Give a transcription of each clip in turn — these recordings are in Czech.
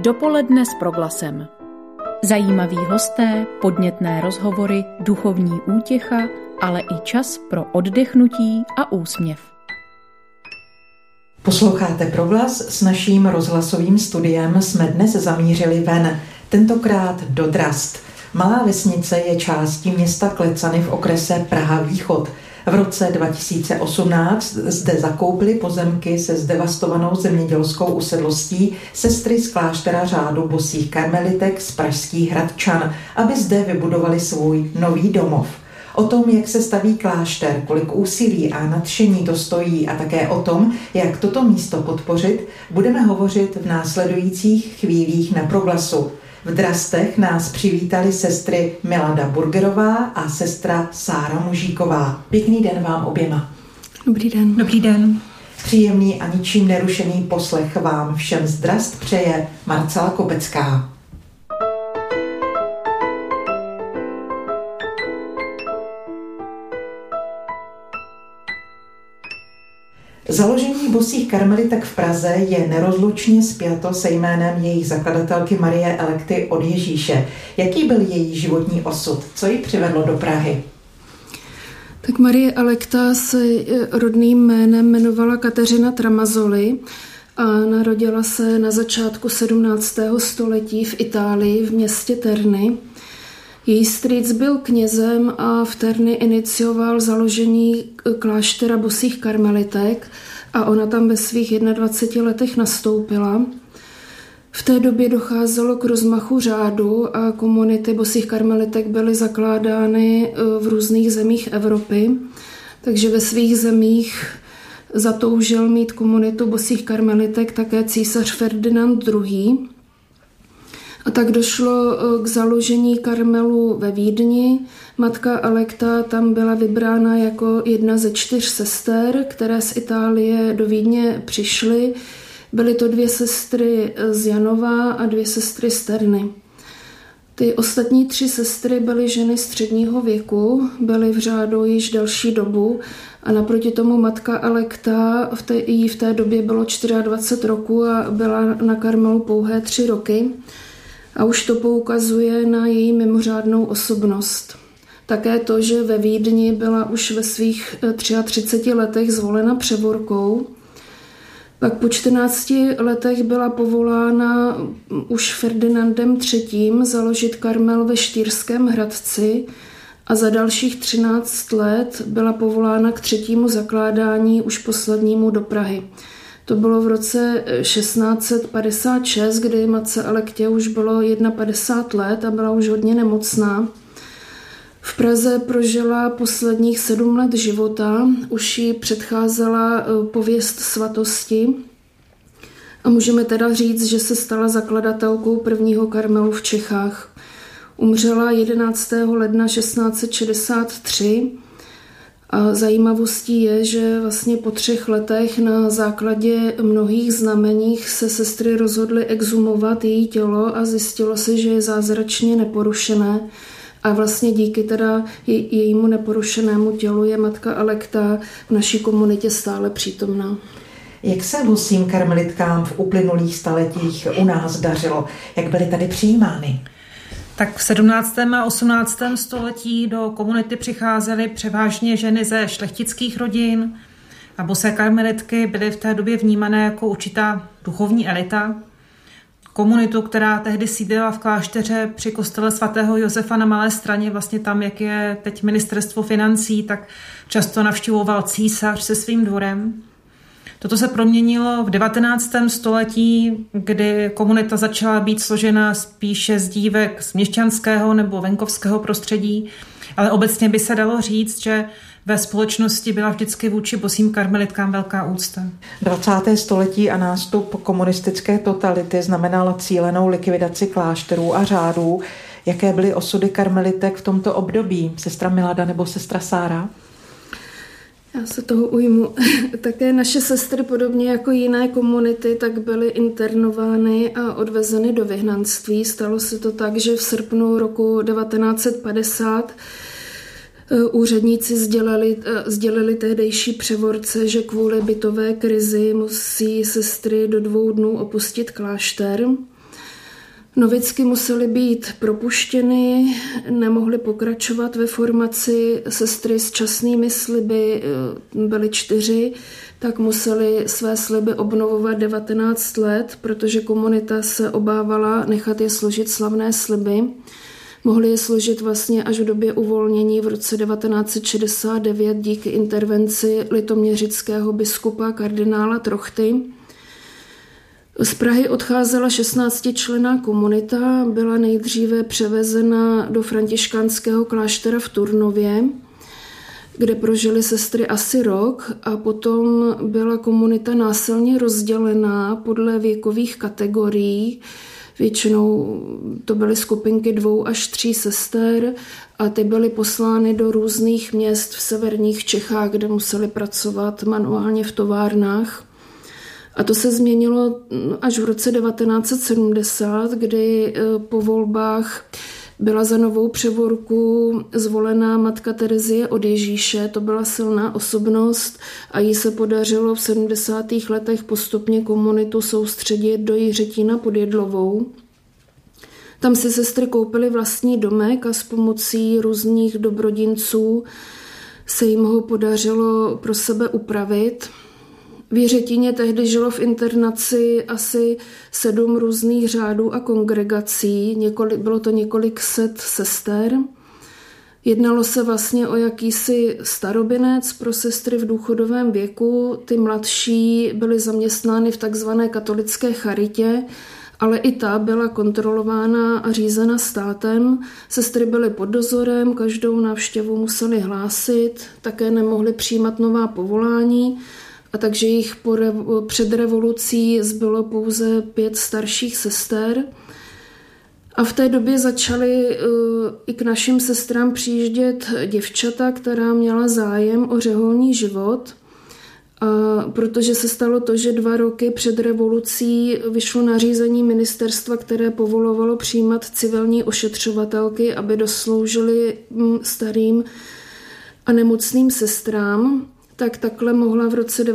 Dopoledne s Proglasem. Zajímaví hosté, podnětné rozhovory, duchovní útěcha, ale i čas pro oddechnutí a úsměv. Posloucháte Proglas, s naším rozhlasovým studiem jsme dnes zamířili ven, tentokrát do Drast. Malá vesnice je částí města Klecany v okrese Praha-Východ. V roce 2018 zde zakoupily pozemky se zdevastovanou zemědělskou usedlostí sestry z kláštera řádu bosých karmelitek z pražských Hradčan, aby zde vybudovali svůj nový domov. O tom, jak se staví klášter, kolik úsilí a nadšení to stojí a také o tom, jak toto místo podpořit, budeme hovořit v následujících chvílích na Proglasu. V Drastech nás přivítali sestry Milada Burgerová a sestra Sára Mužíková. Pěkný den vám oběma. Dobrý den. Dobrý den. Příjemný a ničím nerušený poslech vám všem z Drast přeje Marcela Kopecká. Založení bosých karmelitek v Praze je nerozlučně spjato se jménem jejich zakladatelky Marie Elekty od Ježíše. Jaký byl její životní osud? Co ji přivedlo do Prahy? Tak Marie Elekta se rodným jménem jmenovala Kateřina Tramazoli a narodila se na začátku 17. století v Itálii v městě Terny. Její strýc byl knězem a v Terni inicioval založení kláštera bosých karmelitek a ona tam ve svých 21 letech nastoupila. V té době docházelo k rozmachu řádu a komunity bosých karmelitek byly zakládány v různých zemích Evropy, takže ve svých zemích zatoužil mít komunitu bosých karmelitek také císař Ferdinand II. A tak došlo k založení Karmelů ve Vídni. Matka Elekta tam byla vybrána jako jedna ze 4 sester, které z Itálie do Vídně přišly. Byly to 2 sestry z Janova a 2 sestry z Terny. Ty ostatní 3 sestry byly ženy středního věku, byly v řádu již delší dobu a naproti tomu matka Elekta jí v té době bylo 24 roku a byla na Karmelu pouhé 3 roky. A už to poukazuje na její mimořádnou osobnost. Také to, že ve Vídni byla už ve svých 33 letech zvolena převorkou. Pak po 14 letech byla povolána už Ferdinandem III. Založit Karmel ve Štýrském Hradci a za dalších 13 let byla povolána k 3. zakládání už poslednímu do Prahy. To bylo v roce 1656, kdy matce Elektě už bylo 51 let a byla už hodně nemocná. V Praze prožila posledních 7 let života, už jí předcházela pověst svatosti a můžeme teda říct, že se stala zakladatelkou prvního Karmelu v Čechách. Umřela 11. ledna 1663. A zajímavostí je, že vlastně po 3 letech na základě mnohých znameních se sestry rozhodly exhumovat její tělo a zjistilo se, že je zázračně neporušené. A vlastně díky teda jejímu neporušenému tělu je matka Elekta v naší komunitě stále přítomná. Jak se bosým karmelitkám v uplynulých staletích u nás dařilo? Jak byly tady přijímány? Tak v 17. a 18. století do komunity přicházely převážně ženy ze šlechtických rodin a bosé karmelitky byly v té době vnímané jako určitá duchovní elita. Komunitu, která tehdy sídlila v klášteře při kostele svatého Josefa na Malé Straně, vlastně tam, jak je teď ministerstvo financí, tak často navštěvoval císař se svým dvorem. Toto se proměnilo v 19. století, kdy komunita začala být složena spíše z dívek z měšťanského nebo venkovského prostředí, ale obecně by se dalo říct, že ve společnosti byla vždycky vůči bosým karmelitkám velká úcta. 20. století a nástup komunistické totality znamenal cílenou likvidaci klášterů a řádů. Jaké byly osudy karmelitek v tomto období? Sestra Milada nebo sestra Sára? Já se toho ujmu. Také naše sestry, podobně jako jiné komunity, tak byly internovány a odvezeny do vyhnanství. Stalo se to tak, že v srpnu roku 1950 úředníci sdělili tehdejší převorce, že kvůli bytové krizi musí sestry do 2 dnů opustit klášter. Novicky musely být propuštěny, nemohly pokračovat ve formaci, sestry s časnými sliby, byly 4, tak museli své sliby obnovovat 19 let, protože komunita se obávala nechat je složit slavné sliby. Mohli je složit vlastně až v době uvolnění v roce 1969 díky intervenci litoměřického biskupa kardinála Trochty. Z Prahy odcházela 16členná komunita, byla nejdříve převezena do františkánského kláštera v Turnově, kde prožily sestry asi rok, a potom byla komunita násilně rozdělená podle věkových kategorií. Většinou to byly skupinky 2 až 3 sester a ty byly poslány do různých měst v severních Čechách, kde museli pracovat manuálně v továrnách. A to se změnilo až v roce 1970, kdy po volbách byla za novou převorku zvolená matka Terezie od Ježíše. To byla silná osobnost a jí se podařilo v 70. letech postupně komunitu soustředit do Jiřetína pod Jedlovou. Tam si sestry koupily vlastní domek a s pomocí různých dobrodinců se jim ho podařilo pro sebe upravit. V Jiřetíně tehdy žilo v internaci asi 7 různých řádů a kongregací, bylo to několik set sester. Jednalo se vlastně o jakýsi starobinec pro sestry v důchodovém věku. Ty mladší byly zaměstnány v takzvané katolické charitě, ale i ta byla kontrolována a řízena státem. Sestry byly pod dozorem, každou návštěvu museli hlásit, také nemohly přijímat nová povolání, a takže jich před revolucí zbylo pouze 5 starších sester. A v té době začaly i k našim sestrám přijíždět děvčata, která měla zájem o řeholní život. A protože se stalo to, že 2 roky před revolucí vyšlo nařízení ministerstva, které povolovalo přijímat civilní ošetřovatelky, aby dosloužily starým a nemocným sestrám, tak takhle mohla v roce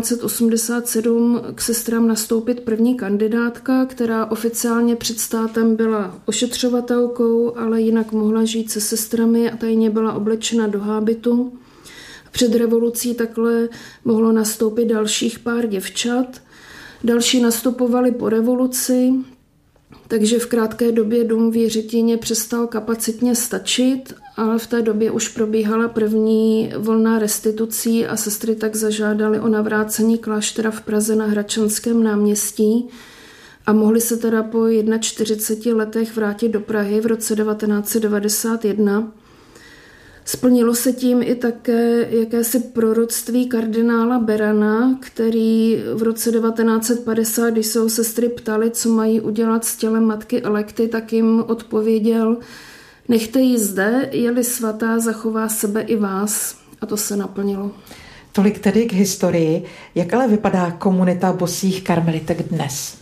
1987 k sestrám nastoupit první kandidátka, která oficiálně před státem byla ošetřovatelkou, ale jinak mohla žít se sestrami a tajně byla oblečena do hábitu. Před revolucí takhle mohlo nastoupit dalších pár děvčat. Další nastupovali po revoluci, takže v krátké době dům v Jiřetíně přestal kapacitně stačit, ale v té době už probíhala první vlna restitucí a sestry tak zažádaly o navrácení kláštera v Praze na Hradčanském náměstí a mohly se teda po 41 letech vrátit do Prahy v roce 1991. Splnilo se tím i také jakési proroctví kardinála Berana, který v roce 1950, když se ho sestry ptali, co mají udělat s tělem matky Elekty, tak jim odpověděl: nechte ji zde, je-li svatá, zachová sebe i vás. A to se naplnilo. Tolik tedy k historii. Jak ale vypadá komunita bosých karmelitek dnes?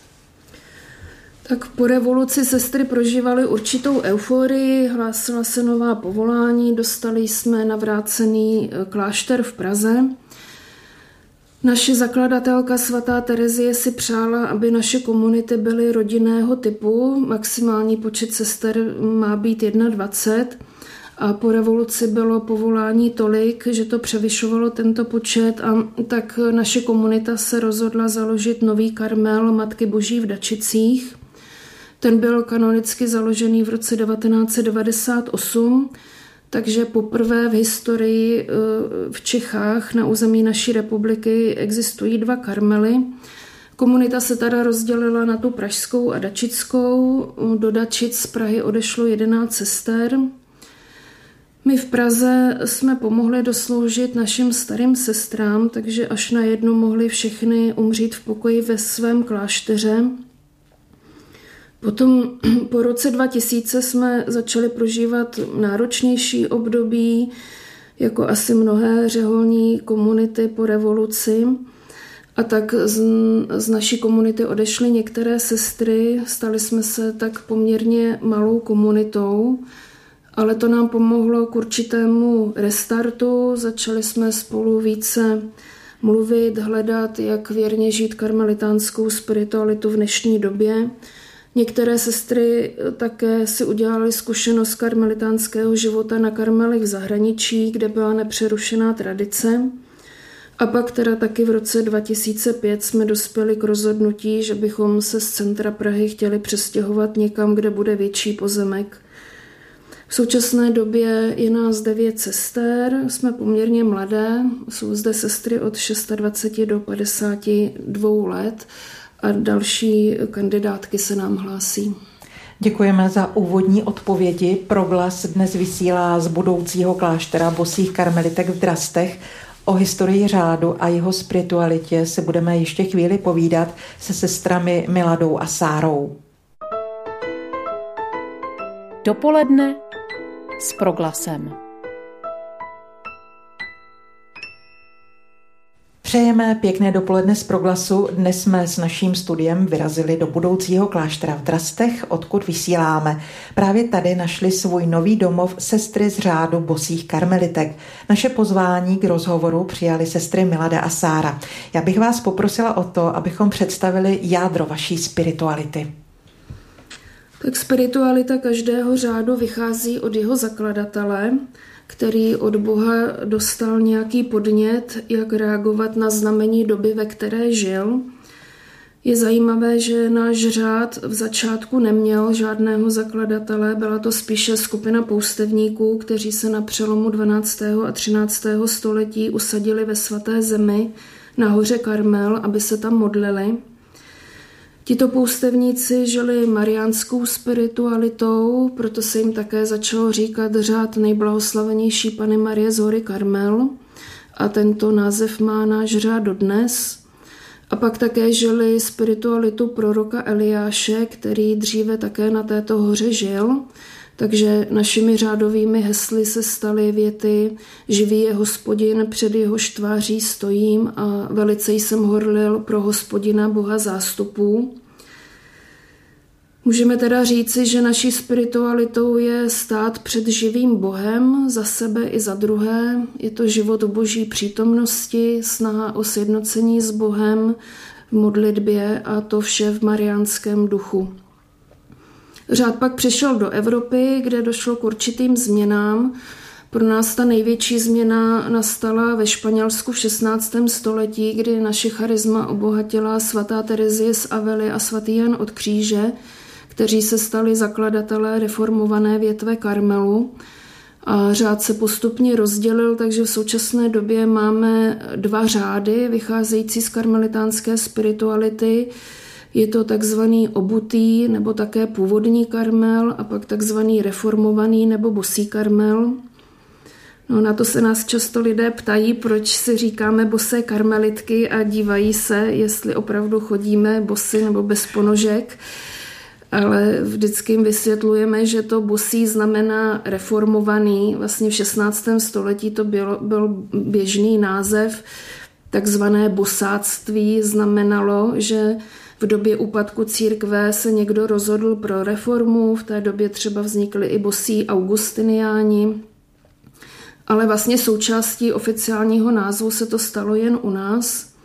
Tak po revoluci sestry prožívaly určitou euforii, hlásila se nová povolání, dostali jsme navrácený klášter v Praze. Naše zakladatelka svatá Terezie si přála, aby naše komunity byly rodinného typu, maximální počet sester má být 21 a po revoluci bylo povolání tolik, že to převyšovalo tento počet a tak naše komunita se rozhodla založit nový karmel Matky Boží v Dačicích. Ten byl kanonicky založený v roce 1998, takže poprvé v historii v Čechách na území naší republiky existují 2 karmely. Komunita se teda rozdělila na tu pražskou a dačickou. Do Dačic z Prahy odešlo 11 sester. My v Praze jsme pomohli dosloužit našim starým sestrám, takže až na jednu mohly všechny umřít v pokoji ve svém klášteře. Potom po roce 2000 jsme začali prožívat náročnější období, jako asi mnohé řeholní komunity po revoluci. A tak z naší komunity odešly některé sestry, stali jsme se tak poměrně malou komunitou, ale to nám pomohlo k určitému restartu. Začali jsme spolu více mluvit, hledat, jak věrně žít karmelitánskou spiritualitu v dnešní době. Některé sestry také si udělaly zkušenost karmelitánského života na Karmelech v zahraničí, kde byla nepřerušená tradice. A pak teda taky v roce 2005 jsme dospěli k rozhodnutí, že bychom se z centra Prahy chtěli přestěhovat někam, kde bude větší pozemek. V současné době je nás 9 sester, jsme poměrně mladé, jsou zde sestry od 26 do 52 let a další kandidátky se nám hlásí. Děkujeme za úvodní odpovědi. Proglas dnes vysílá z budoucího kláštera Bosých karmelitek v Drastech. O historii řádu a jeho spiritualitě se budeme ještě chvíli povídat se sestrami Miladou a Sárou. Dopoledne s Proglasem. Přejeme pěkné dopoledne z Proglasu. Dnes jsme s naším studiem vyrazili do budoucího kláštera v Drastech, odkud vysíláme. Právě tady našli svůj nový domov sestry z řádu Bosých karmelitek. Naše pozvání k rozhovoru přijali sestry Milada a Sára. Já bych vás poprosila o to, abychom představili jádro vaší spirituality. Tak spiritualita každého řádu vychází od jeho zakladatele, který od Boha dostal nějaký podnět, jak reagovat na znamení doby, ve které žil. Je zajímavé, že náš řád v začátku neměl žádného zakladatele, byla to spíše skupina poustevníků, kteří se na přelomu 12. a 13. století usadili ve Svaté zemi na hoře Karmel, aby se tam modlili. Tito poustevníci žili mariánskou spiritualitou, proto se jim také začalo říkat řád nejblahoslavenější Panny Marie z hory Karmel a tento název má náš řád dodnes. A pak také žili spiritualitu proroka Eliáše, který dříve také na této hoře žil, takže našimi řádovými hesly se staly věty živý je Hospodin, před jehož tváří stojím a velice jsem horlil pro Hospodina Boha zástupů. Můžeme teda říci, že naší spiritualitou je stát před živým Bohem za sebe i za druhé. Je to život v Boží přítomnosti, snaha o sjednocení s Bohem v modlitbě a to vše v mariánském duchu. Řád pak přišel do Evropy, kde došlo k určitým změnám. Pro nás ta největší změna nastala ve Španělsku v 16. století, kdy naše charisma obohatila svatá Terezie z Avely a svatý Jan od Kříže, kteří se stali zakladatelé reformované větve Karmelu. A řád se postupně rozdělil, takže v současné době máme 2 řády vycházející z karmelitánské spirituality. Je to takzvaný obutý nebo také původní Karmel a pak takzvaný reformovaný nebo bosý Karmel. No, na to se nás často lidé ptají, proč si říkáme bosé karmelitky a dívají se, jestli opravdu chodíme bosy nebo bez ponožek. Ale vždycky jim vysvětlujeme, že to bosí znamená reformovaný. Vlastně v 16. století to byl běžný název. Takzvané bosáctví znamenalo, že v době úpadku církve se někdo rozhodl pro reformu, v té době třeba vznikly i bosí augustiniáni, ale vlastně součástí oficiálního názvu se to stalo jen u nás.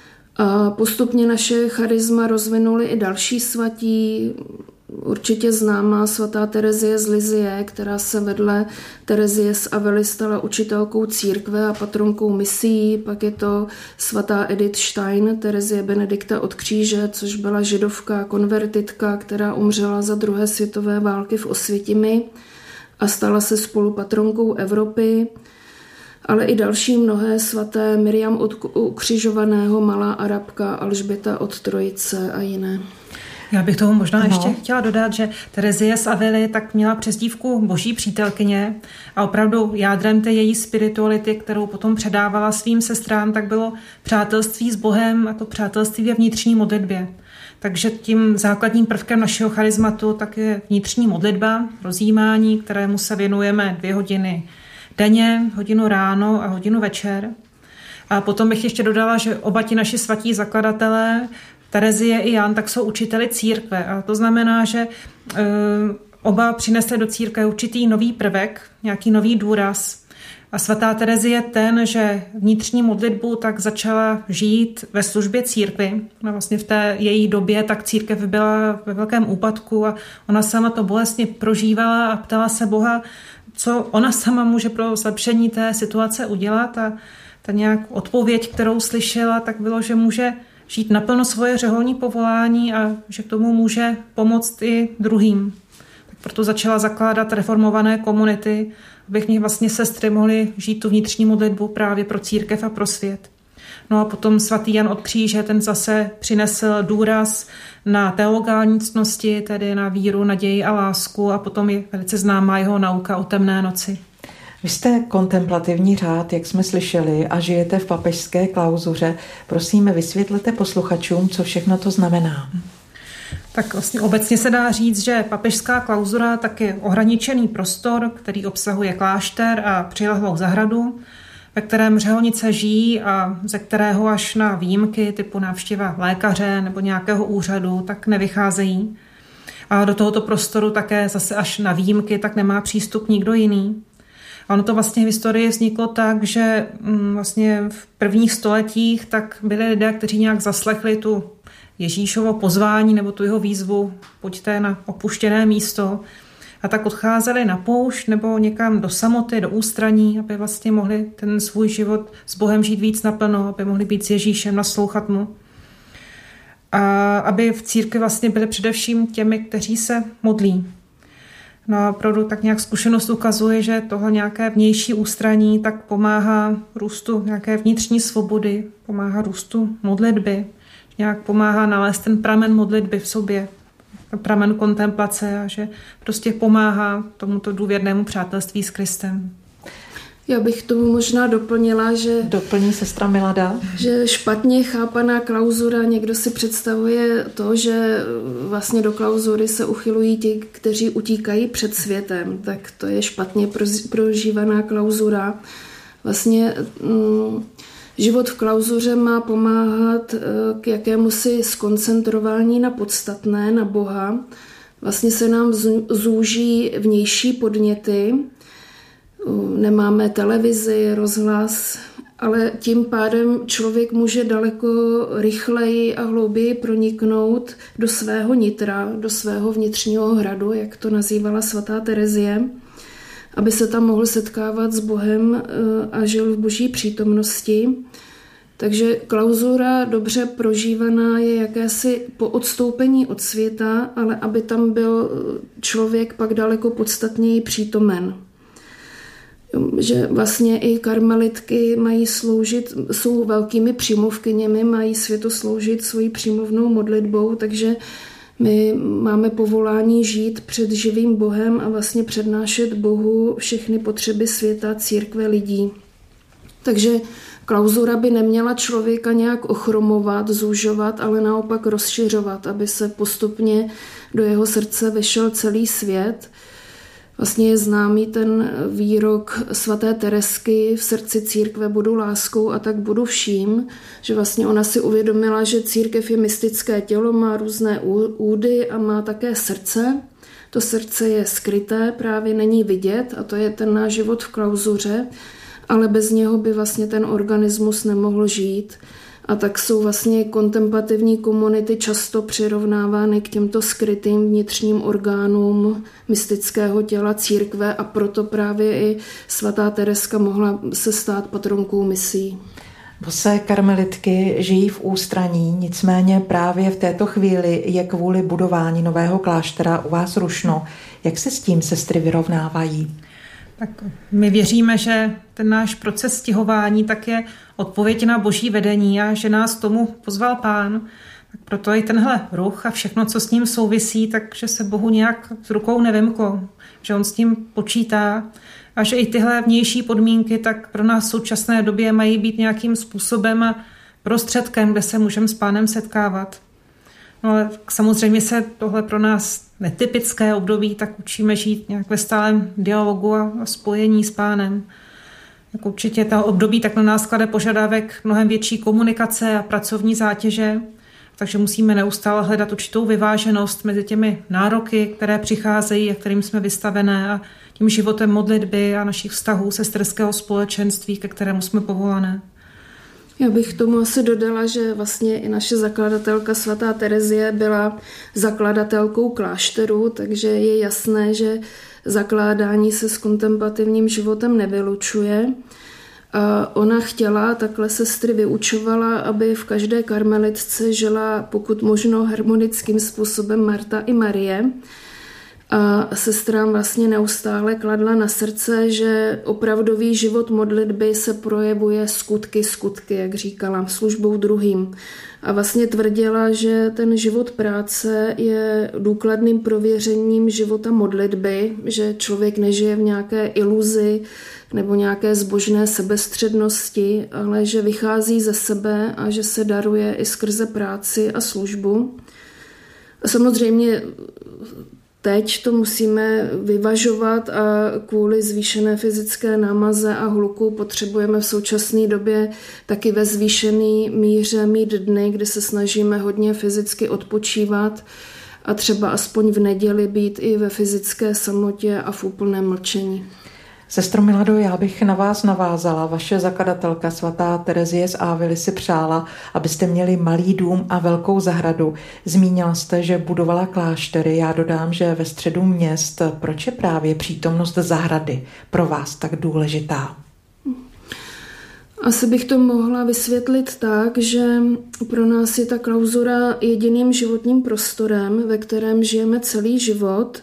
A postupně naše charisma rozvinuli i další svatí, určitě známá svatá Terezie z Lizie, která se vedle Terezie z Avely stala učitelkou církve a patronkou misií, pak je to svatá Edith Stein, Terezie Benedikta od Kříže, což byla židovka konvertitka, která umřela za 2. světové války v Osvětimi a stala se spolupatronkou Evropy, ale i další mnohé svaté, Miriam od Ukřižovaného, Malá Arabka, Alžběta od Trojice a jiné. Já bych toho možná ještě chtěla dodat, že Terezie z Avely tak měla přezdívku boží přítelkyně a opravdu jádrem té její spirituality, kterou potom předávala svým sestrám, tak bylo přátelství s Bohem a to přátelství ve vnitřní modlitbě. Takže tím základním prvkem našeho charizmatu tak je vnitřní modlitba, rozjímání, kterému se věnujeme 2 hodiny denně, hodinu ráno a hodinu večer. A potom bych ještě dodala, že oba ti naši svatí zakladatelé, Terezie i Jan, tak jsou učiteli církve. A to znamená, že oba přinesli do církve určitý nový prvek, nějaký nový důraz. A svatá Terezie je ten, že vnitřní modlitbu tak začala žít ve službě církvi. No vlastně v té její době tak církev byla ve velkém úpadku a ona sama to bolestně prožívala a ptala se Boha, co ona sama může pro zlepšení té situace udělat. A ta nějak odpověď, kterou slyšela, tak bylo, že může žít naplno svoje řeholní povolání a že k tomu může pomoct i druhým. Tak proto začala zakládat reformované komunity, aby v nich vlastně sestry mohly žít tu vnitřní modlitbu právě pro církev a pro svět. No a potom svatý Jan od Kříže, ten zase přinesl důraz na teologální ctnosti, tedy na víru, naději a lásku, a potom je velice známá jeho nauka o temné noci. Vy jste kontemplativní řád, jak jsme slyšeli, a žijete v papežské klauzuře. Prosím, vysvětlete posluchačům, co všechno to znamená. Tak vlastně obecně se dá říct, že papežská klauzura tak je ohraničený prostor, který obsahuje klášter a přilehlou zahradu, ve kterém řeholnice žijí a ze kterého až na výjimky typu návštěva lékaře nebo nějakého úřadu tak nevycházejí. A do tohoto prostoru také zase až na výjimky tak nemá přístup nikdo jiný. A ono to vlastně v historii vzniklo tak, že vlastně v prvních stoletích tak byli lidé, kteří nějak zaslechli tu Ježíšovo pozvání nebo tu jeho výzvu, pojďte na opuštěné místo, a tak odcházeli na poušť nebo někam do samoty, do ústraní, aby vlastně mohli ten svůj život s Bohem žít víc naplno, aby mohli být s Ježíšem, naslouchat mu. A aby v církvi vlastně byli především těmi, kteří se modlí. No a opravdu tak nějak zkušenost ukazuje, že tohle nějaké vnější ústraní tak pomáhá růstu nějaké vnitřní svobody, pomáhá růstu modlitby, nějak pomáhá nalézt ten pramen modlitby v sobě, pramen kontemplace, a že prostě pomáhá tomuto důvěrnému přátelství s Kristem. Já bych tomu možná doplnila, že... Doplní sestra Milada. Že špatně chápaná klauzura, někdo si představuje to, že vlastně do klauzury se uchylují ti, kteří utíkají před světem. Tak to je špatně prožívaná klauzura. Vlastně život v klauzuře má pomáhat k jakémusi skoncentrování na podstatné, na Boha. Vlastně se nám zúží vnější podněty, nemáme televizi, rozhlas, ale tím pádem člověk může daleko rychleji a hlouběji proniknout do svého nitra, do svého vnitřního hradu, jak to nazývala svatá Terezie, aby se tam mohl setkávat s Bohem a žil v boží přítomnosti. Takže klauzura dobře prožívaná je jakési poodstoupení od světa, ale aby tam byl člověk pak daleko podstatněji přítomen. Že vlastně i karmelitky mají sloužit, jsou velkými přímluvkyněmi, mají světosloužit svojí přímluvnou modlitbou, takže my máme povolání žít před živým Bohem a vlastně přednášet Bohu všechny potřeby světa, církve, lidí. Takže klauzura by neměla člověka nějak ochromovat, zúžovat, ale naopak rozšiřovat, aby se postupně do jeho srdce vešel celý svět. Vlastně je známý ten výrok svaté Teresky: v srdci církve budu láskou a tak budu vším, že vlastně ona si uvědomila, že církev je mystické tělo, má různé údy a má také srdce. To srdce je skryté, právě není vidět, a to je ten náš život v klauzuře, ale bez něho by vlastně ten organismus nemohl žít. A tak jsou vlastně kontemplativní komunity často přirovnávány k těmto skrytým vnitřním orgánům mystického těla církve, a proto právě i svatá Tereska mohla se stát patronkou misí. Bosé karmelitky žijí v ústraní, nicméně právě v této chvíli je kvůli budování nového kláštera u vás rušno. Jak se s tím sestry vyrovnávají? Tak my věříme, že ten náš proces stěhování tak je odpověď na boží vedení a že nás tomu pozval Pán. Tak proto i tenhle ruch a všechno, co s ním souvisí, takže se Bohu nějak s rukou nevymklo, že on s tím počítá a že i tyhle vnější podmínky tak pro nás v současné době mají být nějakým způsobem a prostředkem, kde se můžeme s Pánem setkávat. No ale samozřejmě se tohle pro nás netypické období, tak učíme žít nějak ve stálem dialogu a spojení s Pánem. Jak určitě ta období tak na nás klade požadavek mnohem větší komunikace a pracovní zátěže, takže musíme neustále hledat určitou vyváženost mezi těmi nároky, které přicházejí a kterým jsme vystavené, a tím životem modlitby a našich vztahů sesterského společenství, ke kterému jsme povolané. Já bych tomu asi dodala, že vlastně i naše zakladatelka svatá Terezie byla zakladatelkou klášteru, takže je jasné, že zakládání se s kontemplativním životem nevylučuje. A ona chtěla, takhle sestry vyučovala, aby v každé karmelitce žila pokud možno harmonickým způsobem Marta i Marie. A sestrám vlastně neustále kladla na srdce, že opravdový život modlitby se projevuje skutky, jak říkala, službou druhým. A vlastně tvrdila, že ten život práce je důkladným prověřením života modlitby, že člověk nežije v nějaké iluzi nebo nějaké zbožné sebestřednosti, ale že vychází ze sebe a že se daruje i skrze práci a službu. A samozřejmě teď to musíme vyvažovat a kvůli zvýšené fyzické námaze a hluku potřebujeme v současné době taky ve zvýšené míře mít dny, kdy se snažíme hodně fyzicky odpočívat a třeba aspoň v neděli být i ve fyzické samotě a v úplném mlčení. Sestro Milado, já bych na vás navázala. Vaše zakladatelka svatá Terezie z Ávily si přála, abyste měli malý dům a velkou zahradu. Zmínila jste, že budovala kláštery. Já dodám, že ve středu měst. Proč je právě přítomnost zahrady pro vás tak důležitá? Asi bych to mohla vysvětlit tak, že pro nás je ta klauzura jediným životním prostorem, ve kterém žijeme celý život.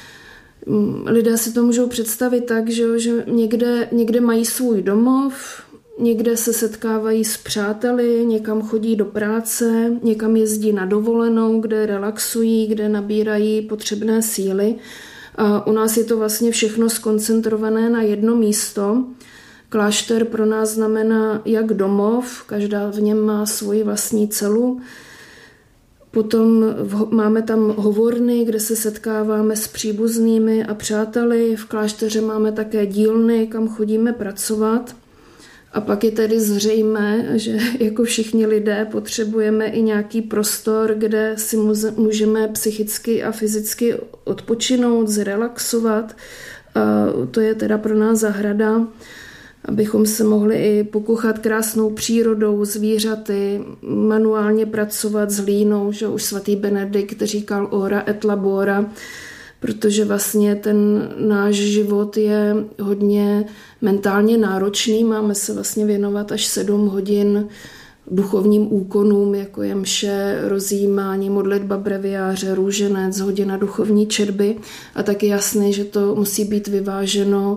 Lidé si to můžou představit tak, že někde mají svůj domov, někde se setkávají s přáteli, někam chodí do práce, někam jezdí na dovolenou, kde relaxují, kde nabírají potřebné síly. A u nás je to vlastně všechno skoncentrované na jedno místo. Klášter pro nás znamená jak domov, každá v něm má svoji vlastní celu. Potom máme tam hovorny, kde se setkáváme s příbuznými a přáteli. V klášteře máme také dílny, kam chodíme pracovat. A pak je tedy zřejmé, že jako všichni lidé potřebujeme i nějaký prostor, kde si můžeme psychicky a fyzicky odpočinout, zrelaxovat. A to je teda pro nás zahrada, abychom se mohli i pokuchat krásnou přírodou, zvířaty, manuálně pracovat s hlínou, že už svatý Benedikt říkal ora et labora, protože vlastně ten náš život je hodně mentálně náročný, máme se vlastně věnovat až 7 hodin duchovním úkonům, jako je mše, rozjímání, modlitba breviáře, růženec, hodina duchovní četby a taky jasné, že to musí být vyváženo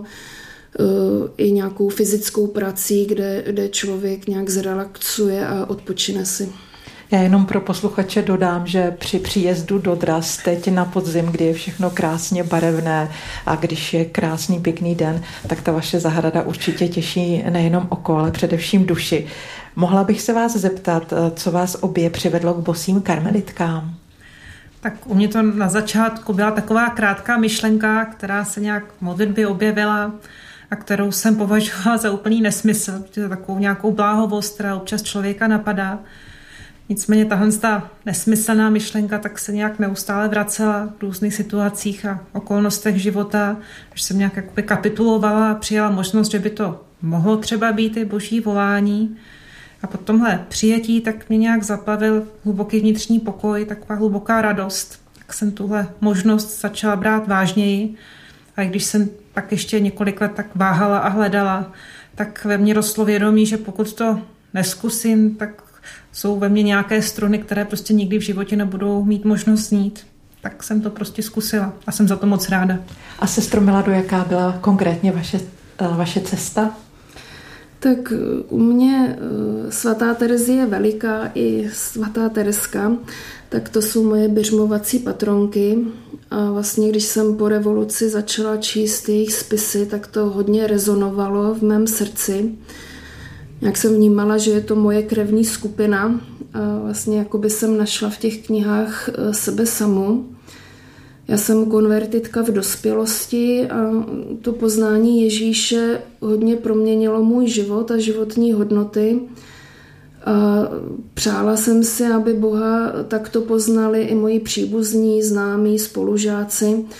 i nějakou fyzickou prací, kde člověk nějak zrelaxuje a odpočine si. Já jenom pro posluchače dodám, že při příjezdu do Drast teď na podzim, kdy je všechno krásně barevné a když je krásný pěkný den, tak ta vaše zahrada určitě těší nejenom oko, ale především duši. Mohla bych se vás zeptat, co vás obě přivedlo k bosým karmelitkám? Tak u mě to na začátku byla taková krátká myšlenka, která se nějak v modlitbě objevila a kterou jsem považovala za úplný nesmysl, protože takovou nějakou bláhovost, která občas člověka napadá. Nicméně tahle nesmyslná myšlenka tak se nějak neustále vracela v různých situacích a okolnostech života, že jsem nějak jakoby kapitulovala a přijala možnost, že by to mohlo třeba být i boží volání. A po tomhle přijetí tak mě nějak zaplavil hluboký vnitřní pokoj, taková hluboká radost. Tak jsem tuhle možnost začala brát vážněji. A když jsem pak ještě několik let tak váhala a hledala, tak ve mně rostlo vědomí, že pokud to neskusím, tak jsou ve mně nějaké struny, které prostě nikdy v životě nebudou mít možnost znít. Tak jsem to prostě zkusila a jsem za to moc ráda. A sestro Milado, jaká byla konkrétně vaše cesta? Tak u mě svatá Terezie Veliká i svatá Tereska, tak to jsou moje biřmovací patronky. A vlastně, když jsem po revoluci začala číst jejich spisy, tak to hodně rezonovalo v mém srdci. Jak jsem vnímala, že je to moje krevní skupina a vlastně jakoby jsem našla v těch knihách sebe samu. Já jsem konvertitka v dospělosti a to poznání Ježíše hodně proměnilo můj život a životní hodnoty. A přála jsem si, aby Boha takto poznali i moji příbuzní, známí, spolužáci.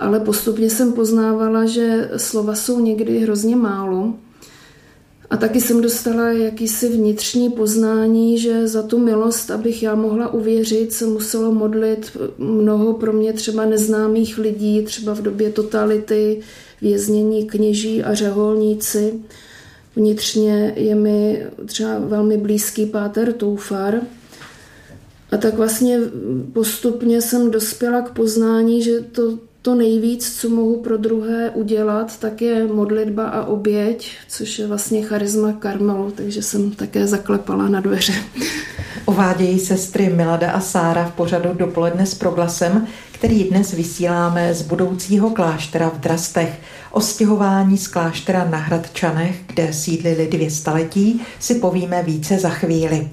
ale postupně jsem poznávala, že slova jsou někdy hrozně málo. A taky jsem dostala jakýsi vnitřní poznání, že za tu milost, abych já mohla uvěřit, se muselo modlit mnoho pro mě třeba neznámých lidí, třeba v době totality, věznění kněží a řeholníci. Vnitřně je mi třeba velmi blízký páter Toufar. A tak vlastně postupně jsem dospěla k poznání, že to nejvíc, co mohu pro druhé udělat, tak je modlitba a oběť, což je vlastně charisma Karmelu, takže jsem také zaklepala na dveře. Uvádějí sestry Milada a Sára v pořadu Dopoledne s Proglasem, který dnes vysíláme z budoucího kláštera v Drastech. O stěhování z kláštera na Hradčanech, kde sídlili 2 staletí, si povíme více za chvíli.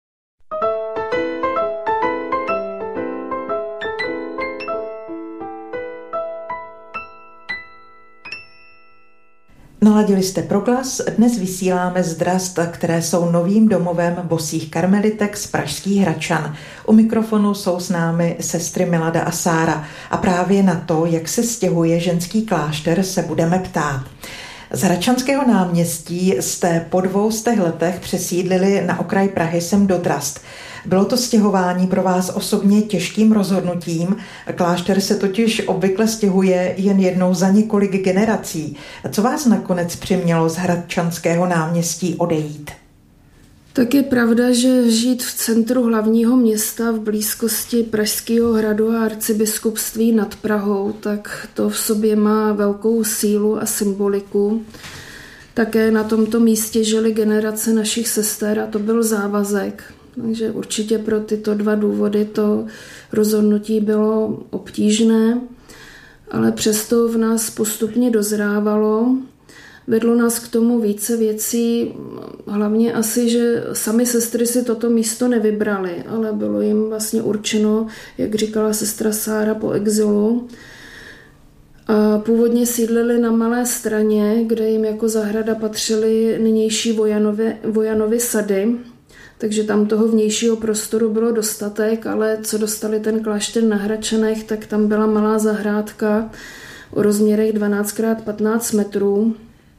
Naladili jste Proglas, dnes vysíláme z Drast, které jsou novým domovem bosých karmelitek z pražských Hradčan. U mikrofonu jsou s námi sestry Milada a Sára a právě na to, jak se stěhuje ženský klášter, se budeme ptát. Z Hradčanského náměstí jste po 200 letech přesídlili na okraj Prahy sem do Drast. Bylo to stěhování pro vás osobně těžkým rozhodnutím. Klášter se totiž obvykle stěhuje jen jednou za několik generací. Co vás nakonec přimělo z Hradčanského náměstí odejít? Tak je pravda, že žít v centru hlavního města v blízkosti Pražského hradu a arcibiskupství nad Prahou, tak to v sobě má velkou sílu a symboliku. Také na tomto místě žili generace našich sester a to byl závazek. Takže určitě pro tyto 2 důvody to rozhodnutí bylo obtížné, ale přesto v nás postupně dozrávalo. Vedlo nás k tomu více věcí, hlavně asi, že sami sestry si toto místo nevybrali, ale bylo jim vlastně určeno, jak říkala sestra Sára, po exilu. A původně sídlili na Malé Straně, kde jim jako zahrada patřily nynější Vojanovy sady, takže tam toho vnějšího prostoru bylo dostatek, ale co dostali ten klášter na Hradčanech, tak tam byla malá zahrádka o rozměrech 12x15 metrů.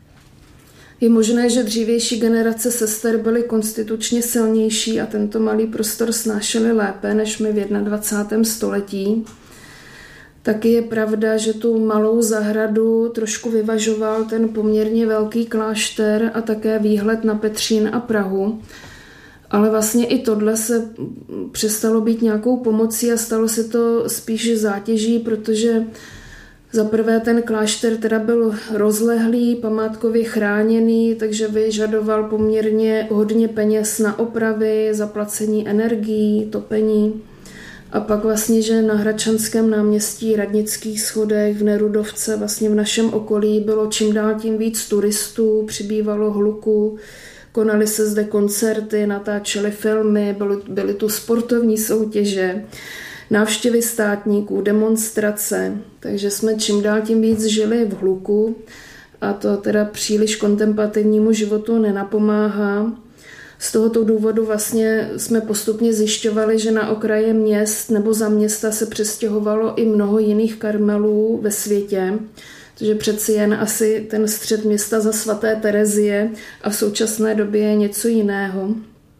Je možné, že dřívější generace sester byly konstitučně silnější a tento malý prostor snášely lépe než my v 21. století. Taky je pravda, že tu malou zahradu trošku vyvažoval ten poměrně velký klášter a také výhled na Petřín a Prahu. Ale vlastně i tohle se přestalo být nějakou pomocí a stalo se to spíš zátěží, protože za prvé ten klášter teda byl rozlehlý, památkově chráněný, takže vyžadoval poměrně hodně peněz na opravy, zaplacení energií, topení. A pak vlastně, že na Hradčanském náměstí, Radnických schodech, v Nerudovce, vlastně v našem okolí bylo čím dál tím víc turistů, přibývalo hluku, konaly se zde koncerty, natáčely filmy, byly tu sportovní soutěže, návštěvy státníků, demonstrace, takže jsme čím dál tím víc žili v hluku a to teda příliš kontemplativnímu životu nenapomáhá. Z tohoto důvodu vlastně jsme postupně zjišťovali, že na okraje měst nebo za města se přestěhovalo i mnoho jiných karmelů ve světě, protože přeci jen asi ten střed města za svaté Terezie a v současné době je něco jiného.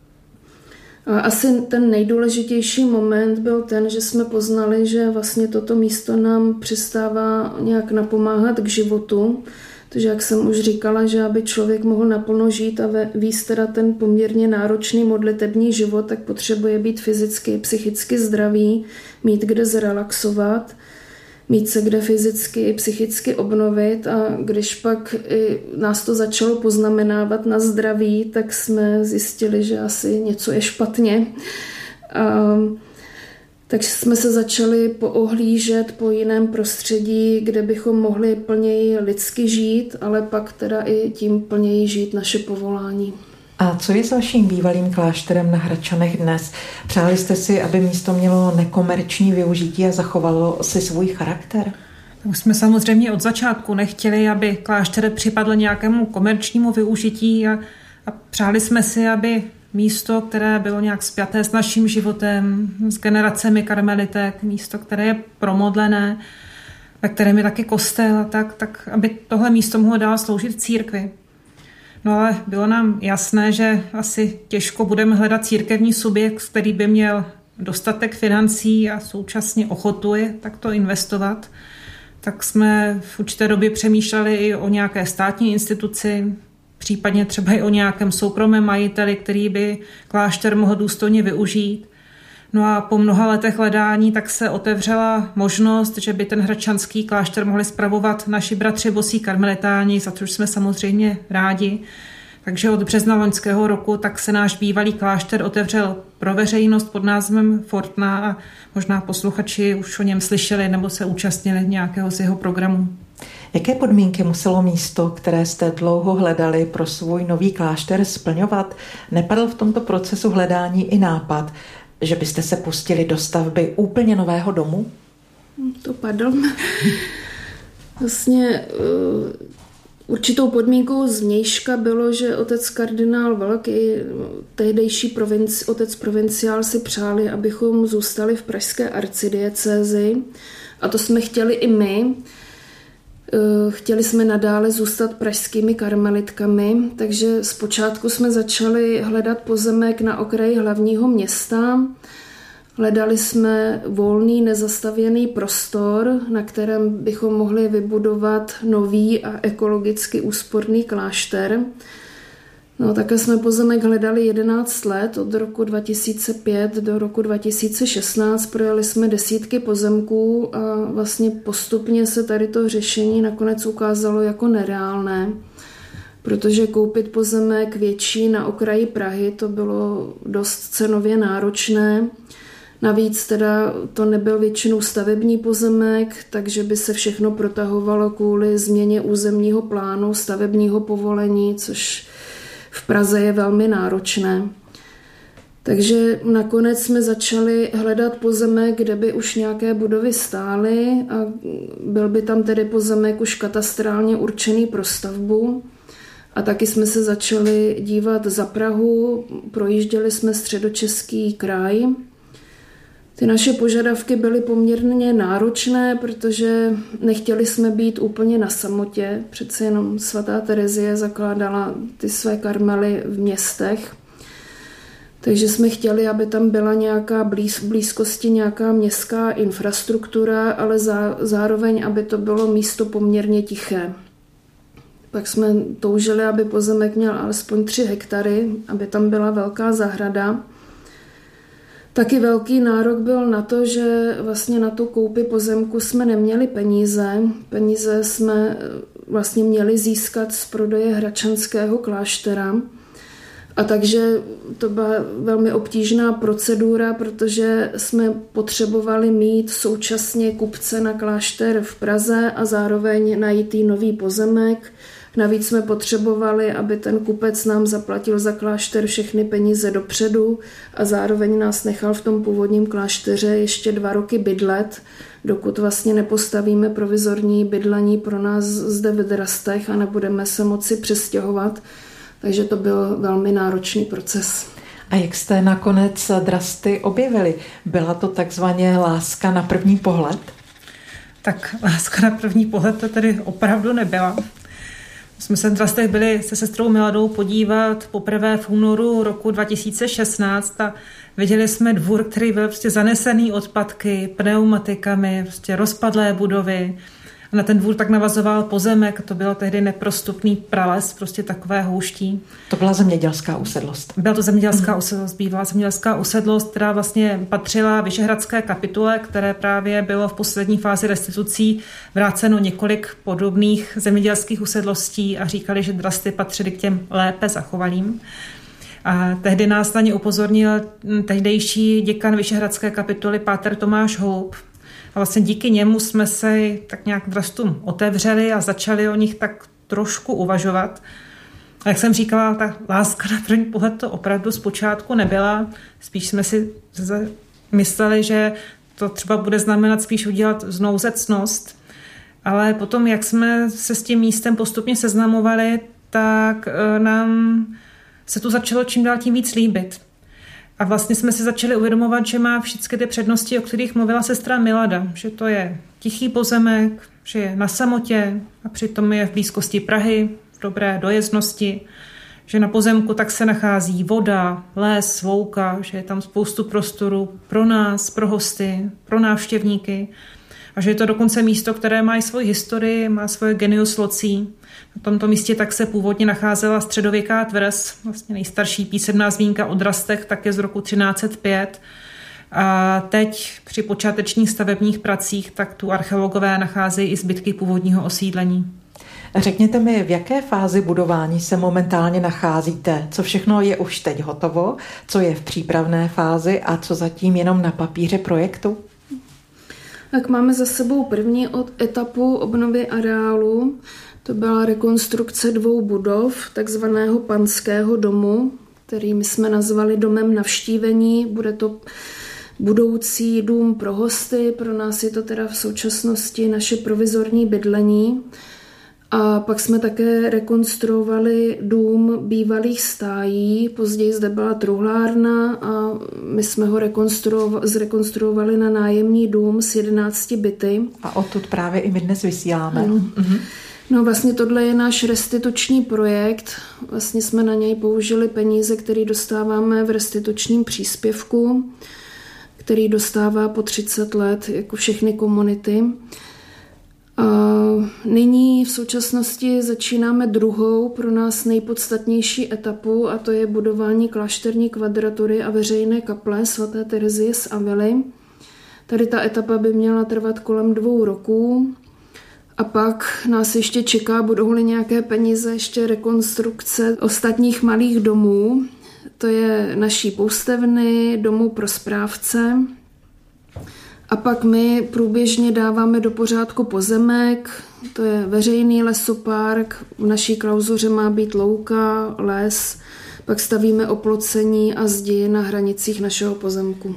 A asi ten nejdůležitější moment byl ten, že jsme poznali, že vlastně toto místo nám přestává nějak napomáhat k životu, protože jak jsem už říkala, že aby člověk mohl naplno žít a vést teda ten poměrně náročný modlitební život, tak potřebuje být fyzicky i psychicky zdravý, mít kde zrelaxovat, mít se kde fyzicky i psychicky obnovit a když pak nás to začalo poznamenávat na zdraví, tak jsme zjistili, že asi něco je špatně. Takže jsme se začali poohlížet po jiném prostředí, kde bychom mohli plněji lidsky žít, ale pak teda i tím plněji žít naše povolání. A co je s vaším bývalým klášterem na Hradčanech dnes? Přáli jste si, aby místo mělo nekomerční využití a zachovalo si svůj charakter? Už jsme samozřejmě od začátku nechtěli, aby klášter připadl nějakému komerčnímu využití a přáli jsme si, aby místo, které bylo nějak spjaté s naším životem, s generacemi karmelitek, místo, které je promodlené, ve kterém je taky kostel, tak aby tohle místo mohlo dál sloužit církvi. No ale bylo nám jasné, že asi těžko budeme hledat církevní subjekt, který by měl dostatek financí a současně ochotu je takto investovat. Tak jsme v určité době přemýšleli i o nějaké státní instituci, případně třeba i o nějakém soukromém majiteli, který by klášter mohl důstojně využít. No a po mnoha letech hledání tak se otevřela možnost, že by ten hradčanský klášter mohli spravovat naši bratři bosí karmelitáni, za což jsme samozřejmě rádi. Takže od března loňského roku tak se náš bývalý klášter otevřel pro veřejnost pod názvem Fortna a možná posluchači už o něm slyšeli nebo se účastnili nějakého z jeho programů. Jaké podmínky muselo místo, které jste dlouho hledali, pro svůj nový klášter splňovat? Nepadl v tomto procesu hledání i nápad, že byste se pustili do stavby úplně nového domu? To padl. Vlastně určitou podmínkou zvnějška bylo, že otec kardinál Velký, tehdejší otec provinciál, si přáli, abychom zůstali v pražské arcidiecézi. A to jsme chtěli i my. Chtěli jsme nadále zůstat pražskými karmelitkami, takže zpočátku jsme začali hledat pozemek na okraji hlavního města. Hledali jsme volný, nezastavěný prostor, na kterém bychom mohli vybudovat nový a ekologicky úsporný klášter. No, také jsme pozemek hledali 11 let, od roku 2005 do roku 2016. Projeli jsme desítky pozemků a vlastně postupně se tady to řešení nakonec ukázalo jako nereálné, protože koupit pozemek větší na okraji Prahy to bylo dost cenově náročné. Navíc teda to nebyl většinou stavební pozemek, takže by se všechno protahovalo kvůli změně územního plánu, stavebního povolení, což v Praze je velmi náročné. Takže nakonec jsme začali hledat pozemek, kde by už nějaké budovy stály a byl by tam tedy pozemek už katastrálně určený pro stavbu. A taky jsme se začali dívat za Prahu, projížděli jsme Středočeský kraj. Ty naše požadavky byly poměrně náročné, protože nechtěli jsme být úplně na samotě. Přece jenom svatá Terezie zakládala ty své karmely v městech. Takže jsme chtěli, aby tam byla nějaká blízkosti nějaká městská infrastruktura, ale zároveň, aby to bylo místo poměrně tiché. Pak jsme toužili, aby pozemek měl alespoň 3 hektary, aby tam byla velká zahrada. Taky velký nárok byl na to, že vlastně na tu koupi pozemku jsme neměli peníze. Peníze jsme vlastně měli získat z prodeje hradčanského kláštera. A takže to byla velmi obtížná procedura, protože jsme potřebovali mít současně kupce na klášter v Praze a zároveň najít nový pozemek. Navíc jsme potřebovali, aby ten kupec nám zaplatil za klášter všechny peníze dopředu a zároveň nás nechal v tom původním klášteře ještě 2 roky bydlet, dokud vlastně nepostavíme provizorní bydlení pro nás zde v Drastech a nebudeme se moci přestěhovat. Takže to byl velmi náročný proces. A jak jste nakonec Drasty objevili? Byla to takzvaně láska na první pohled? Tak láska na první pohled to tedy opravdu nebyla. Jsme se v Drastech byli se sestrou Miladou podívat poprvé v únoru roku 2016 a viděli jsme dvůr, který byl prostě zanesený odpadky, pneumatikami, prostě rozpadlé budovy. A na ten dvůr tak navazoval pozemek, to bylo tehdy neprostupný prales, prostě takové houští. To byla zemědělská usedlost. Byla to zemědělská usedlost, bývalá zemědělská usedlost, která vlastně patřila Vyšehradské kapitule, které právě bylo v poslední fázi restitucí vráceno několik podobných zemědělských usedlostí a říkali, že Drasty patřily k těm lépe zachovalým. A tehdy nás na ně upozornil tehdejší děkan Vyšehradské kapituly páter Tomáš Holub. A vlastně díky němu jsme se tak nějak Drastům otevřeli a začali o nich tak trošku uvažovat. A jak jsem říkala, ta láska na první pohled to opravdu zpočátku nebyla. Spíš jsme si mysleli, že to třeba bude znamenat spíš udělat znouzecnost. Ale potom, jak jsme se s tím místem postupně seznamovali, tak nám se tu začalo čím dál tím víc líbit. A vlastně jsme si začali uvědomovat, že má všechny ty přednosti, o kterých mluvila sestra Milada, že to je tichý pozemek, že je na samotě a přitom je v blízkosti Prahy, v dobré dojezdnosti, že na pozemku tak se nachází voda, les, louka, že je tam spoustu prostoru pro nás, pro hosty, pro návštěvníky a že je to dokonce místo, které má i svoji historii, má svoje genius loci. Na tomto místě tak se původně nacházela středověká tvrz, vlastně nejstarší písemná zmínka o Drastech, tak je z roku 1305. A teď při počátečních stavebních pracích tak tu archeologové nacházejí i zbytky původního osídlení. Řekněte mi, v jaké fázi budování se momentálně nacházíte? Co všechno je už teď hotovo? Co je v přípravné fázi a co zatím jenom na papíře projektu? Tak máme za sebou první etapu obnovy areálu. To byla rekonstrukce 2 budov, takzvaného panského domu, který my jsme nazvali domem navštívení. Bude to budoucí dům pro hosty, pro nás je to teda v současnosti naše provizorní bydlení. A pak jsme také rekonstruovali dům bývalých stájí, později zde byla truhlárna a my jsme ho zrekonstruovali na nájemní dům s 11 byty. A odtud právě i my dnes vysíláme. Ano. No vlastně tohle je náš restituční projekt. Vlastně jsme na něj použili peníze, které dostáváme v restitučním příspěvku, který dostává po 30 let jako všechny komunity. A nyní v současnosti začínáme druhou, pro nás nejpodstatnější etapu a to je budování klášterní kvadratury a veřejné kaple svaté Terezie z Avily. Tady ta etapa by měla trvat kolem 2 roků a pak nás ještě čeká, budou-li nějaké peníze, ještě rekonstrukce ostatních malých domů. To je naší poustevny, domu pro správce. A pak my průběžně dáváme do pořádku pozemek, to je veřejný lesopark, v naší klauzuře má být louka, les, pak stavíme oplocení a zdi na hranicích našeho pozemku.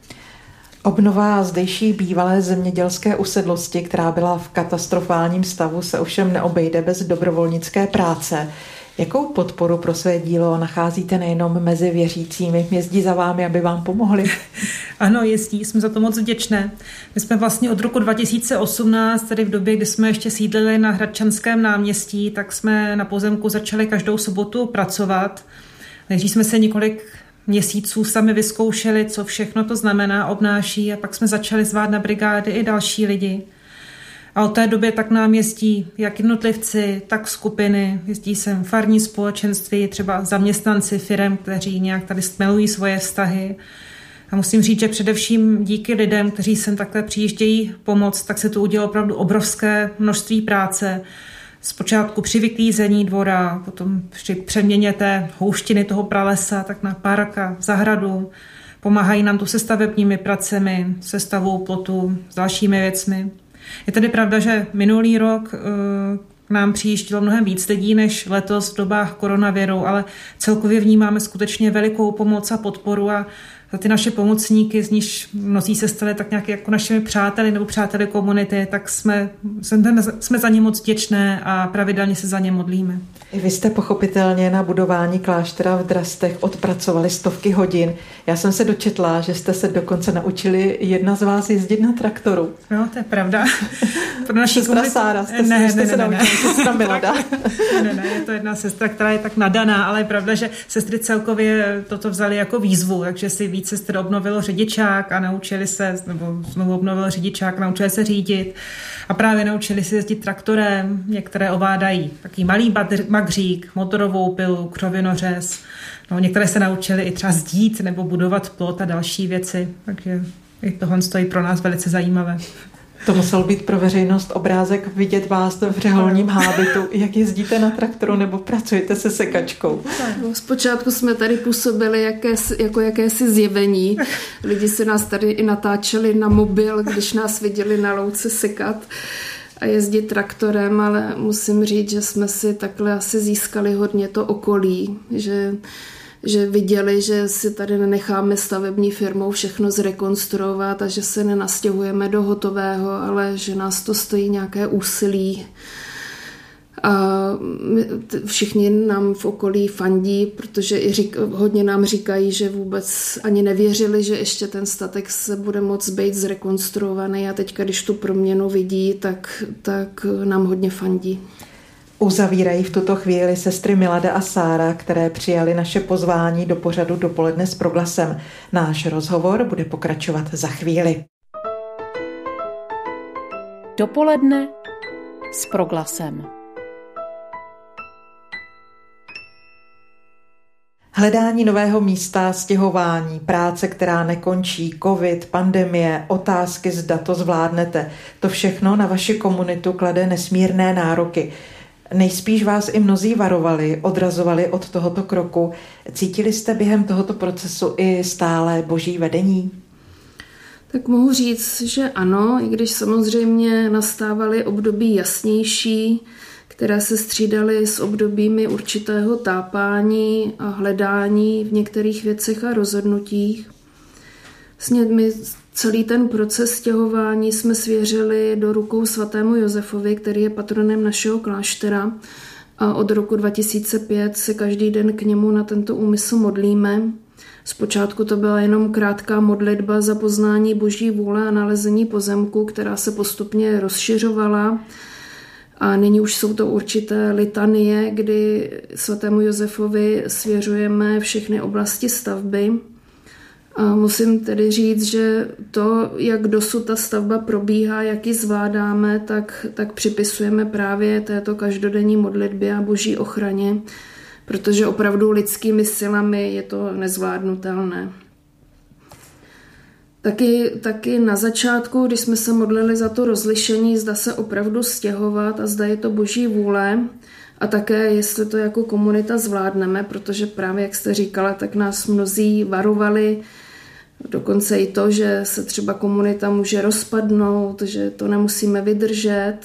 Obnova zdejší bývalé zemědělské usedlosti, která byla v katastrofálním stavu, se ovšem neobejde bez dobrovolnické práce. Jakou podporu pro své dílo nacházíte nejenom mezi věřícími? Jezdí za vámi, aby vám pomohli? Ano, jezdí, jsme za to moc vděčné. My jsme vlastně od roku 2018, tedy v době, kdy jsme ještě sídlili na Hradčanském náměstí, tak jsme na pozemku začali každou sobotu pracovat. Nejdřív jsme se několik měsíců sami vyzkoušeli, co všechno to znamená, obnáší a pak jsme začali zvát na brigády i další lidi. A od té doby tak nám jezdí jak jednotlivci, tak skupiny. Jezdí sem farní společenství, třeba zaměstnanci firem, kteří nějak tady stmelují svoje vztahy. A musím říct, že především díky lidem, kteří sem takhle přijíždějí pomoct, tak se tu udělalo opravdu obrovské množství práce. Zpočátku při vyklízení dvora, potom při přeměně té houštiny toho pralesa, tak na park a zahradu. Pomáhají nám tu se stavebními pracemi, se stavou plotu, s dalšími věcmi. Je tedy pravda, že minulý rok k nám přijíždělo mnohem víc lidí než letos v dobách koronaviru, ale celkově vnímáme skutečně velikou pomoc a podporu a za ty naše pomocníky, z níž mnozí se stali tak nějak jako našimi přáteli nebo přáteli komunity, tak jsme za ně moc vděčné a pravidelně se za ně modlíme. I vy jste pochopitelně na budování kláštera v Drastech odpracovali stovky hodin. Já jsem se dočetla, že jste se dokonce naučili jedna z vás jezdit na traktoru. No, to je pravda. Pro naší sestra Sára, jste se naučili, sestra Milada. Ne, je to jedna sestra, která je tak nadaná, ale je pravda, že sestry celkově toto vzali jako výzvu, takže si víc sestr obnovilo řidičák a naučili se, nebo znovu obnovilo řidičák, naučili se řídit a právě naučili se jezdit traktorem. Některé ovládají taký malý magřík, motorovou pilu, křovinořez. No, některé se naučili i třeba zdít nebo budovat plot a další věci, takže i tohle stojí pro nás velice zajímavé. To musel být pro veřejnost obrázek vidět vás v řeholním hábitu, jak jezdíte na traktoru nebo pracujete se sekačkou. No, zpočátku jsme tady působili jako jakési zjevení. Lidi se nás tady i natáčeli na mobil, když nás viděli na louce sekat a jezdit traktorem, ale musím říct, že jsme si takhle asi získali hodně to okolí, že viděli, že si tady nenecháme stavební firmou všechno zrekonstruovat a že se nenastěhujeme do hotového, ale že nás to stojí nějaké úsilí. A všichni nám v okolí fandí, protože hodně nám říkají, že vůbec ani nevěřili, že ještě ten statek se bude moct být zrekonstruovaný a teďka, když tu proměnu vidí, tak nám hodně fandí. Uzavírají v tuto chvíli sestry Milada a Sára, které přijali naše pozvání do pořadu Dopoledne s Proglasem. Náš rozhovor bude pokračovat za chvíli. Dopoledne s Proglasem. Hledání nového místa, stěhování, práce, která nekončí, covid, pandemie, otázky, zda to zvládnete. To všechno na vaši komunitu klade nesmírné nároky. Nejspíš vás i mnozí varovali, odrazovali od tohoto kroku. Cítili jste během tohoto procesu i stále boží vedení? Tak mohu říct, že ano, i když samozřejmě nastávaly období jasnější, které se střídaly s obdobími určitého tápání a hledání v některých věcech a rozhodnutích. My celý ten proces stěhování jsme svěřili do rukou svatému Josefovi, který je patronem našeho kláštera, a od roku 2005 se každý den k němu na tento úmysl modlíme. Zpočátku to byla jenom krátká modlitba za poznání boží vůle a nalezení pozemku, která se postupně rozšiřovala. A nyní už jsou to určité litanie, kdy svatému Josefovi svěřujeme všechny oblasti stavby. A musím tedy říct, že to, jak dosud ta stavba probíhá, jak ji zvládáme, tak připisujeme právě této každodenní modlitbě a boží ochraně, protože opravdu lidskými silami je to nezvládnutelné. Taky na začátku, když jsme se modlili za to rozlišení, zda se opravdu stěhovat a zda je to boží vůle a také jestli to jako komunita zvládneme, protože právě, jak jste říkala, tak nás mnozí varovali, dokonce i to, že se třeba komunita může rozpadnout, že to nemusíme vydržet.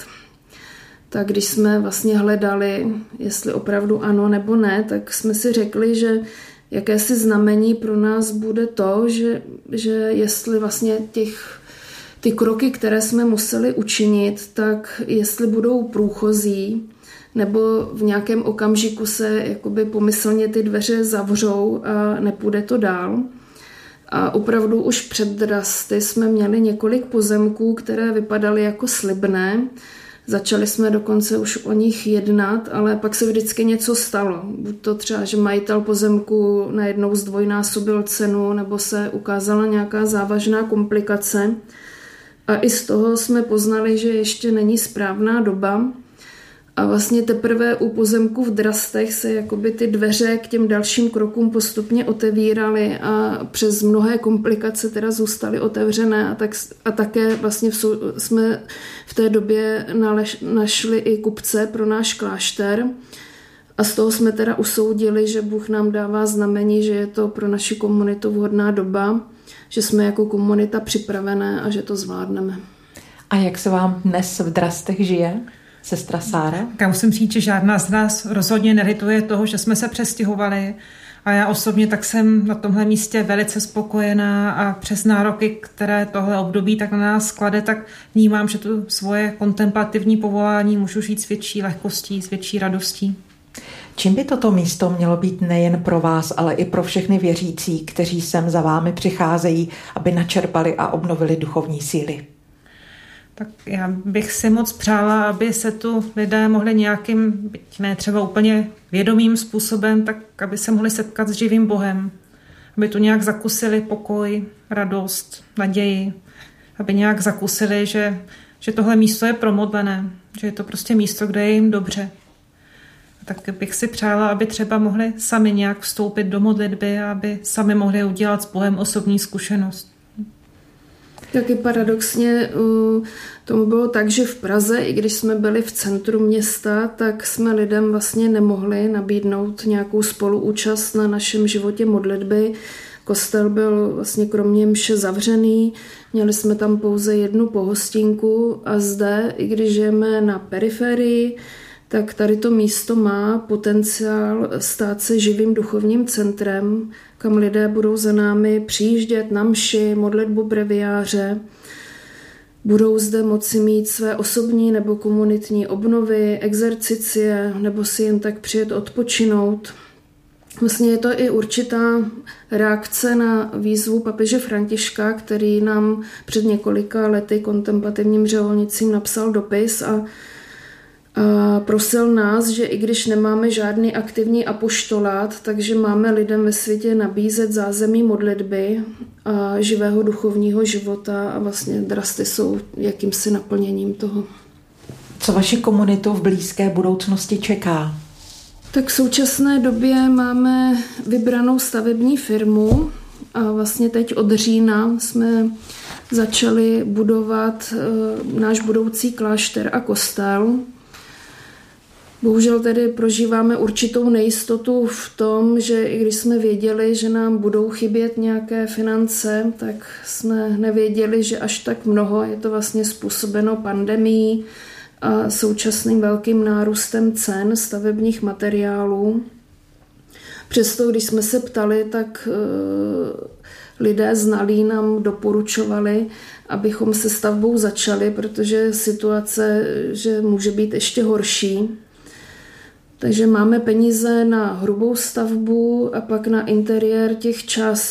Tak když jsme vlastně hledali, jestli opravdu ano nebo ne, tak jsme si řekli, že jakési znamení pro nás bude to, že jestli vlastně ty kroky, které jsme museli učinit, tak jestli budou průchozí, nebo v nějakém okamžiku se jakoby pomyslně ty dveře zavřou a nepůjde to dál. A opravdu už před drasty jsme měli několik pozemků, které vypadaly jako slibné. Začali jsme dokonce už o nich jednat, ale pak se vždycky něco stalo. Buď to třeba, že majitel pozemku najednou zdvojnásobil cenu, nebo se ukázala nějaká závažná komplikace. A i z toho jsme poznali, že ještě není správná doba. A vlastně teprve u pozemku v Drastech se jakoby ty dveře k těm dalším krokům postupně otevíraly a přes mnohé komplikace teda zůstaly otevřené a také vlastně jsme v té době našli i kupce pro náš klášter a z toho jsme teda usoudili, že Bůh nám dává znamení, že je to pro naši komunitu vhodná doba, že jsme jako komunita připravené a že to zvládneme. A jak se vám dnes v Drastech žije? Sestra Sára? Já musím říct, že žádná z nás rozhodně nelituje toho, že jsme se přestěhovali a já osobně tak jsem na tomhle místě velice spokojená a přes nároky, které tohle období tak na nás klade, tak vnímám, že tu svoje kontemplativní povolání můžu žít s větší lehkostí, s větší radostí. Čím by toto místo mělo být nejen pro vás, ale i pro všechny věřící, kteří sem za vámi přicházejí, aby načerpali a obnovili duchovní síly? Tak já bych si moc přála, aby se tu lidé mohli nějakým, byť ne třeba úplně vědomým způsobem, tak aby se mohli setkat s živým Bohem. Aby tu nějak zakusili pokoj, radost, naději. Aby nějak zakusili, že tohle místo je promodlené. Že je to prostě místo, kde je jim dobře. A tak bych si přála, aby třeba mohli sami nějak vstoupit do modlitby a aby sami mohli udělat s Bohem osobní zkušenost. Taky paradoxně tomu bylo tak, že v Praze, i když jsme byli v centru města, tak jsme lidem vlastně nemohli nabídnout nějakou spoluúčast na našem životě modlitby. Kostel byl vlastně kromě mše zavřený, měli jsme tam pouze jednu pohostinku a zde, i když žijeme na periferii, tak tady to místo má potenciál stát se živým duchovním centrem, kam lidé budou za námi přijíždět na mši, modlitbu breviáře. Budou zde moci mít své osobní nebo komunitní obnovy, exercicie nebo si jen tak přijet odpočinout. Vlastně je to i určitá reakce na výzvu papeže Františka, který nám před několika lety kontemplativním řeholnicím napsal dopis a prosil nás, že i když nemáme žádný aktivní apoštolát, takže máme lidem ve světě nabízet zázemí modlitby a živého duchovního života a vlastně drasty jsou jakýmsi naplněním toho. Co vaši komunitu v blízké budoucnosti čeká? Tak v současné době máme vybranou stavební firmu a vlastně teď od října jsme začali budovat náš budoucí klášter a kostel. Bohužel tedy prožíváme určitou nejistotu v tom, že i když jsme věděli, že nám budou chybět nějaké finance, tak jsme nevěděli, že až tak mnoho. Je to vlastně způsobeno pandemií a současným velkým nárůstem cen stavebních materiálů. Přesto, když jsme se ptali, tak lidé znalí nám doporučovali, abychom se stavbou začali, protože situace že může být ještě horší. Takže máme peníze na hrubou stavbu a pak na interiér těch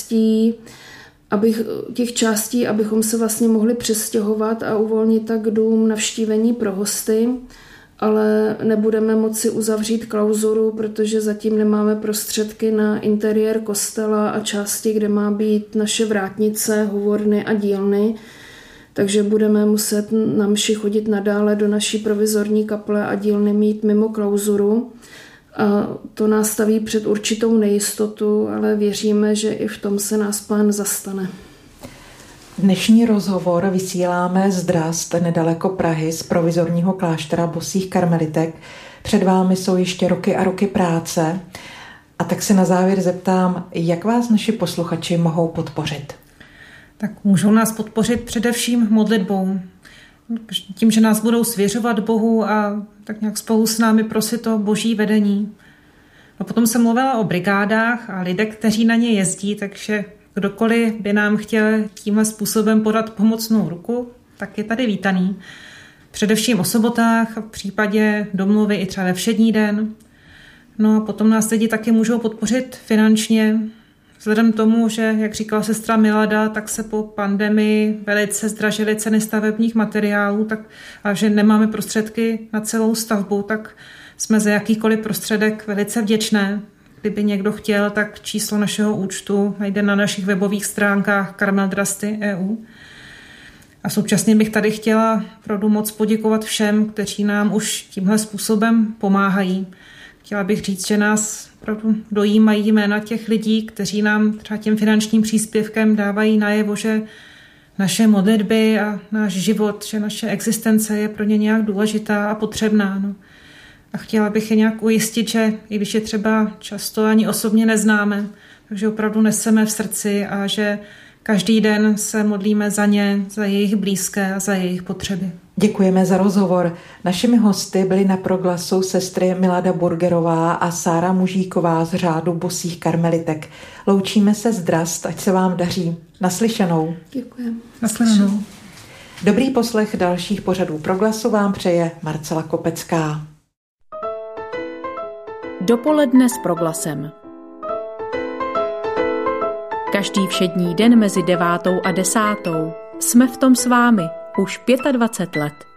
částí, abychom se vlastně mohli přestěhovat a uvolnit tak dům navštívení pro hosty, ale nebudeme moci uzavřít klauzuru, protože zatím nemáme prostředky na interiér kostela a části, kde má být naše vrátnice, hovorny a dílny. Takže budeme muset na mši chodit nadále do naší provizorní kaple a dílny mít mimo klauzuru. A to nás staví před určitou nejistotu, ale věříme, že i v tom se nás Pán zastane. Dnešní rozhovor vysíláme z Drast nedaleko Prahy z provizorního kláštera Bosých karmelitek. Před vámi jsou ještě roky a roky práce. A tak se na závěr zeptám, jak vás naši posluchači mohou podpořit? Tak můžou nás podpořit především modlitbou. Tím, že nás budou svěřovat Bohu a tak nějak spolu s námi prosit o boží vedení. A potom jsem mluvila o brigádách a lidé, kteří na ně jezdí, takže kdokoliv by nám chtěl tímhle způsobem podat pomocnou ruku, tak je tady vítaný. Především o sobotách a v případě domluvy i třeba ve všední den. No a potom nás lidi taky můžou podpořit finančně. Vzhledem tomu, že, jak říkala sestra Milada, tak se po pandemii velice zdražily ceny stavebních materiálů a že nemáme prostředky na celou stavbu, tak jsme za jakýkoliv prostředek velice vděčné. Kdyby někdo chtěl, tak číslo našeho účtu najde na našich webových stránkách karmeldrasty.eu. A současně bych tady chtěla opravdu moc poděkovat všem, kteří nám už tímhle způsobem pomáhají. Chtěla bych říct, že nás opravdu dojímají jména těch lidí, kteří nám třeba tím finančním příspěvkem dávají najevo, že naše modlitby a náš život, že naše existence je pro ně nějak důležitá a potřebná. No. A chtěla bych je nějak ujistit, že i když je třeba často ani osobně neznáme, takže opravdu neseme v srdci a že každý den se modlíme za ně, za jejich blízké a za jejich potřeby. Děkujeme za rozhovor. Našimi hosty byly na proglasu sestry Milada Burgerová a Sára Mužíková z řádu Bosých karmelitek. Loučíme se z Drast, ať se vám daří. Naslyšenou. Děkujeme. Naslyšenou. Dobrý poslech dalších pořadů proglasu vám přeje Marcela Kopecká. Dopoledne s proglasem. Každý všední den mezi 9. a 10. Jsme v tom s vámi už 25 let.